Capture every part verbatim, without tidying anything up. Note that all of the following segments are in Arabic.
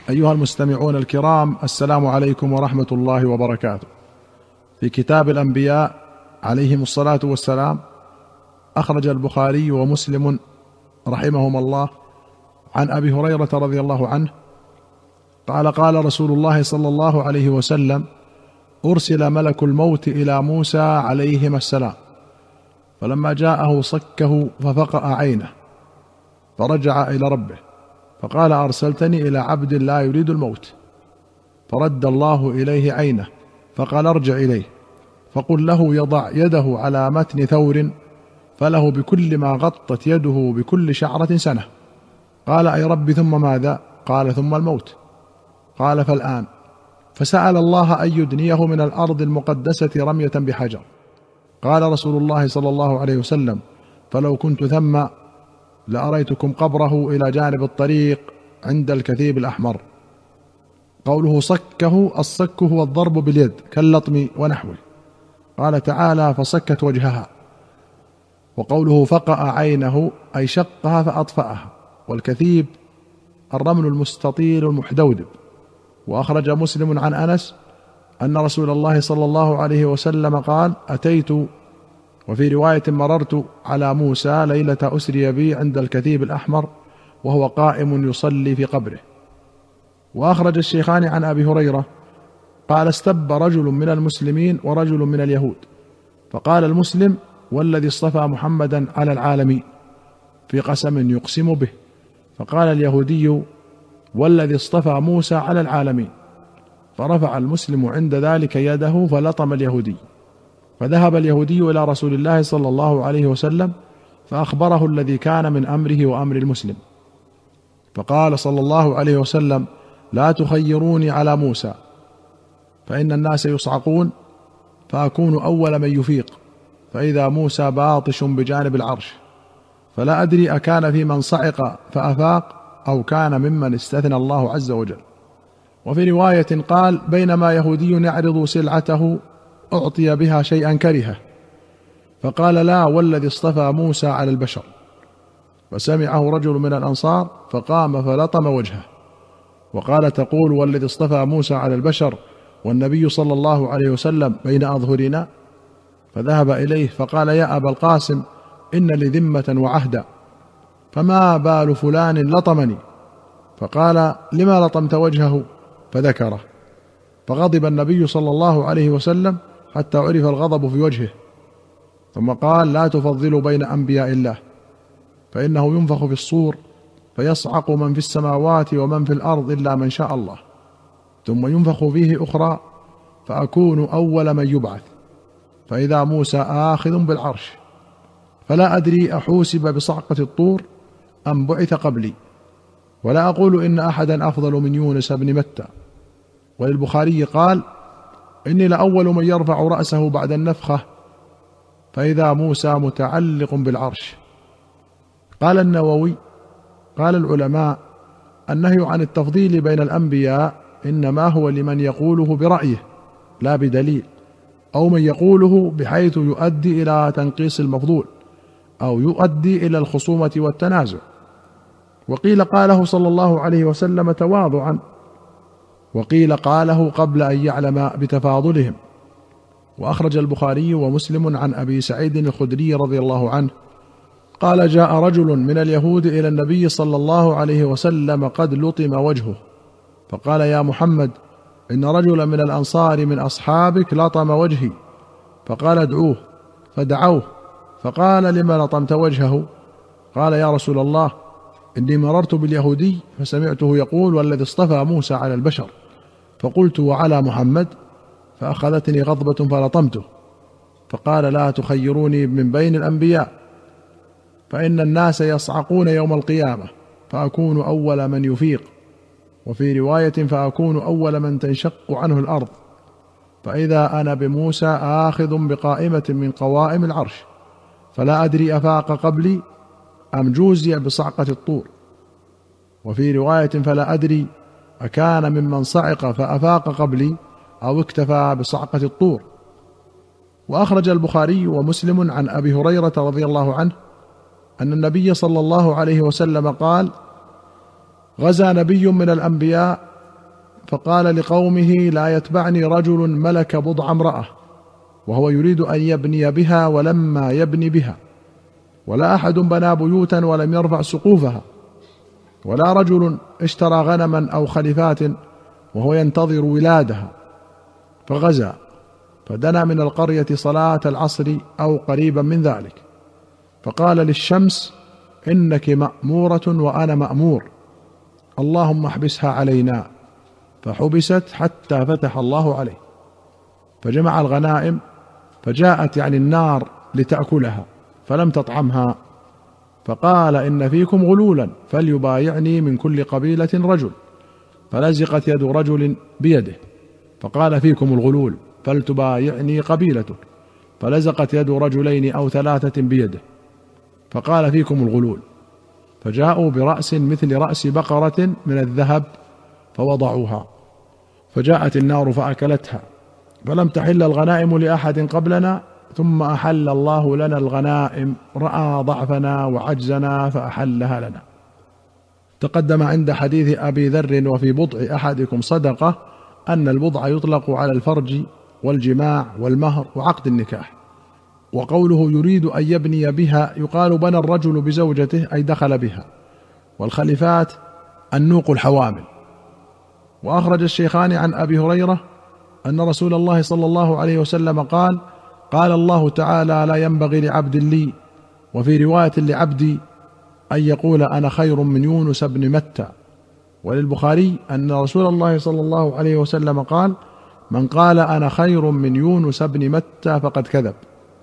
أيها المستمعون الكرام، السلام عليكم ورحمة الله وبركاته. في كتاب الأنبياء عليهم الصلاة والسلام أخرج البخاري ومسلم رحمهما الله عن أبي هريرة رضي الله عنه قال: قال رسول الله صلى الله عليه وسلم: أرسل ملك الموت إلى موسى عليهما السلام، فلما جاءه صكه ففقأ عينه، فرجع إلى ربه فقال: أرسلتني إلى عبد لا يريد الموت. فرد الله إليه عينه فقال: ارجع إليه فقل له يضع يده على متن ثور، فله بكل ما غطت يده بكل شعرة سنة. قال: أي رب ثم ماذا؟ قال: ثم الموت. قال: فالآن. فسأل الله أن يدنيه من الأرض المقدسة رمية بحجر. قال رسول الله صلى الله عليه وسلم: فلو كنت ثم لأريتكم قبره إلى جانب الطريق عند الكثيب الأحمر. قوله صكه، الصك هو الضرب باليد كاللطم ونحوه. قال تعالى: فصكت وجهها. وقوله فقأ عينه أي شقها فأطفأها، والكثيب الرمل المستطيل المحدودب. وأخرج مسلم عن أنس أن رسول الله صلى الله عليه وسلم قال: أتيت، وفي رواية مررت على موسى ليلة أسري بي عند الكثيب الأحمر وهو قائم يصلي في قبره. وأخرج الشيخان عن أبي هريرة قال: استب رجل من المسلمين ورجل من اليهود، فقال المسلم: والذي اصطفى محمدا على العالمين، في قسم يقسم به. فقال اليهودي: والذي اصطفى موسى على العالمين. فرفع المسلم عند ذلك يده فلطم اليهودي. فذهب اليهودي إلى رسول الله صلى الله عليه وسلم فأخبره الذي كان من أمره وأمر المسلم. فقال صلى الله عليه وسلم: لا تخيروني على موسى، فإن الناس يصعقون فأكون أول من يفيق، فإذا موسى باطش بجانب العرش، فلا أدري أكان في من صعق فأفاق أو كان ممن استثنى الله عز وجل. وفي رواية قال: بينما يهودي يعرض سلعته أعطي بها شيئا كرهه، فقال: لا، والذي اصطفى موسى على البشر. فسمعه رجل من الأنصار فقام فلطم وجهه وقال: تقول والذي اصطفى موسى على البشر والنبي صلى الله عليه وسلم بين أظهرنا؟ فذهب إليه فقال: يا أبا القاسم، إن لي ذمة وعهدا، فما بال فلان لطمني؟ فقال: لما لطمت وجهه؟ فذكره. فغضب النبي صلى الله عليه وسلم حتى عرف الغضب في وجهه، ثم قال: لا تفضلوا بين أنبياء الله، فإنه ينفخ في الصور فيصعق من في السماوات ومن في الأرض إلا من شاء الله، ثم ينفخ فيه أخرى فأكون أول من يبعث، فإذا موسى آخذ بالعرش، فلا أدري أحوسب بصعقة الطور أم بعث قبلي، ولا أقول إن أحدا أفضل من يونس بن متى. وللبخاري قال: إني لأول من يرفع رأسه بعد النفخة، فإذا موسى متعلق بالعرش. قال النووي: قال العلماء: النهي عن التفضيل بين الأنبياء إنما هو لمن يقوله برأيه لا بدليل، أو من يقوله بحيث يؤدي إلى تنقيص المفضول أو يؤدي إلى الخصومة والتنازع. وقيل قاله صلى الله عليه وسلم تواضعا، وقيل قاله قبل أن يعلم بتفاضلهم. وأخرج البخاري ومسلم عن أبي سعيد الخدري رضي الله عنه قال: جاء رجل من اليهود إلى النبي صلى الله عليه وسلم قد لطم وجهه، فقال: يا محمد، إن رجلا من الأنصار من أصحابك لطم وجهي. فقال: ادعوه. فدعوه، فقال: لما لطمت وجهه؟ قال: يا رسول الله، إني مررت باليهودي فسمعته يقول: والذي اصطفى موسى على البشر، فقلت: وعلى محمد؟ فأخذتني غضبة فلطمته. فقال: لا تخيروني من بين الأنبياء، فإن الناس يصعقون يوم القيامة فأكون أول من يفيق، وفي رواية: فأكون أول من تنشق عنه الأرض، فإذا أنا بموسى آخذ بقائمة من قوائم العرش، فلا أدري أفاق قبلي أم جوزي بصعقة الطور. وفي رواية: فلا أدري أكان ممن صعق فأفاق قبلي أو اكتفى بصعقة الطور. وأخرج البخاري ومسلم عن أبي هريرة رضي الله عنه أن النبي صلى الله عليه وسلم قال: غزا نبي من الأنبياء فقال لقومه: لا يتبعني رجل ملك بضع امرأة وهو يريد أن يبني بها ولما يبني بها، ولا أحد بنى بيوتا ولم يرفع سقوفها، ولا رجل اشترى غنما أو خلفات وهو ينتظر ولادها فغزا فدنا من القرية صلاة العصر أو قريبا من ذلك، فقال للشمس: إنك مأمورة وأنا مأمور، اللهم احبسها علينا، فحبست حتى فتح الله عليه، فجمع الغنائم، فجاءت يعني النار لتأكلها فلم تطعمها، فقال: إن فيكم غلولا فليبايعني من كل قبيلة رجل، فلزقت يد رجل بيده، فقال: فيكم الغلول فلتبايعني قبيلتك، فلزقت يد رجلين أو ثلاثة بيده، فقال: فيكم الغلول، فجاءوا برأس مثل رأس بقرة من الذهب فوضعوها، فجاءت النار فأكلتها، فلم تحل الغنائم لأحد قبلنا، ثم أحل الله لنا الغنائم، رأى ضعفنا وعجزنا فأحلها لنا. تقدم عند حديث أبي ذر: وفي بضع أحدكم صدقة، أن البضع يطلق على الفرج والجماع والمهر وعقد النكاح. وقوله يريد أن يبني بها يقال بنى الرجل بزوجته أي دخل بها، والخلفات النوق الحوامل. وأخرج الشيخان عن أبي هريرة أن رسول الله صلى الله عليه وسلم قال: قال الله تعالى: لا ينبغي لعبد لي، وفي رواية لعبدي، أن يقول أنا خير من يونس بن متى. وللبخاري أن رسول الله صلى الله عليه وسلم قال: من قال أنا خير من يونس بن متى فقد كذب.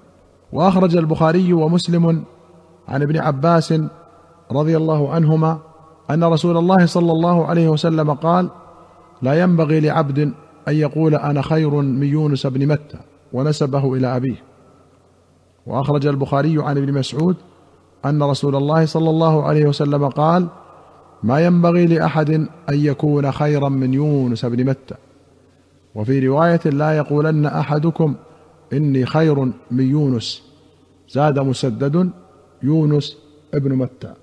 وأخرج البخاري ومسلم عن ابن عباس رضي الله عنهما أن رسول الله صلى الله عليه وسلم قال: لا ينبغي لعبد أن يقول أنا خير من يونس بن متى، ونسبه إلى أبيه. وأخرج البخاري عن ابن مسعود أن رسول الله صلى الله عليه وسلم قال: ما ينبغي لأحد أن يكون خيرا من يونس بن متى. وفي رواية: لا يقولن أحدكم إني خير من يونس، زاد مسدد: يونس ابن متى.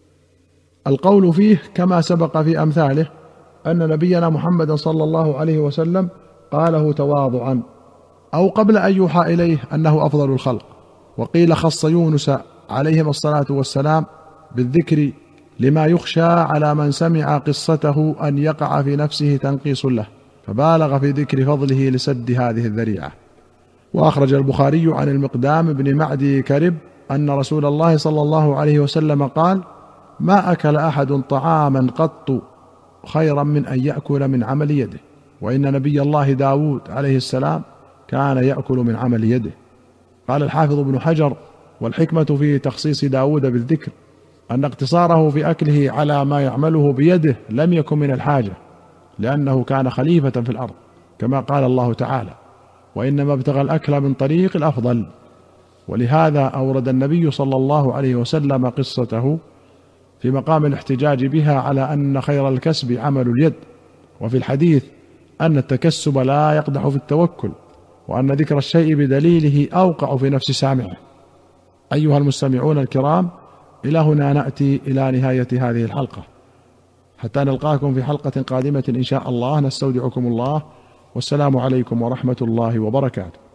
القول فيه كما سبق في أمثاله أن نبينا محمد صلى الله عليه وسلم قاله تواضعا، أو قبل أن يوحى إليه أنه أفضل الخلق. وقيل خص يونس عليهم الصلاة والسلام بالذكر لما يخشى على من سمع قصته أن يقع في نفسه تنقيص له، فبالغ في ذكر فضله لسد هذه الذريعة. وأخرج البخاري عن المقدام بن معدي كرب أن رسول الله صلى الله عليه وسلم قال: ما أكل أحد طعاما قط خيرا من أن يأكل من عمل يده. وإن نبي الله داود عليه السلام كان يأكل من عمل يده. قال الحافظ ابن حجر: والحكمة في تخصيص داود بالذكر أن اقتصاره في أكله على ما يعمله بيده لم يكن من الحاجة، لأنه كان خليفة في الأرض، كما قال الله تعالى: وإنما ابتغى الأكل من طريق الأفضل. ولهذا أورد النبي صلى الله عليه وسلم قصته في مقام الاحتجاج بها على أن خير الكسب عمل اليد. وفي الحديث أن التكسب لا يقدح في التوكل، وأن ذكر الشيء بدليله أوقع في نفس سامعه. أيها المستمعون الكرام، إلى هنا نأتي إلى نهاية هذه الحلقة، حتى نلقاكم في حلقة قادمة إن شاء الله. نستودعكم الله، والسلام عليكم ورحمة الله وبركاته.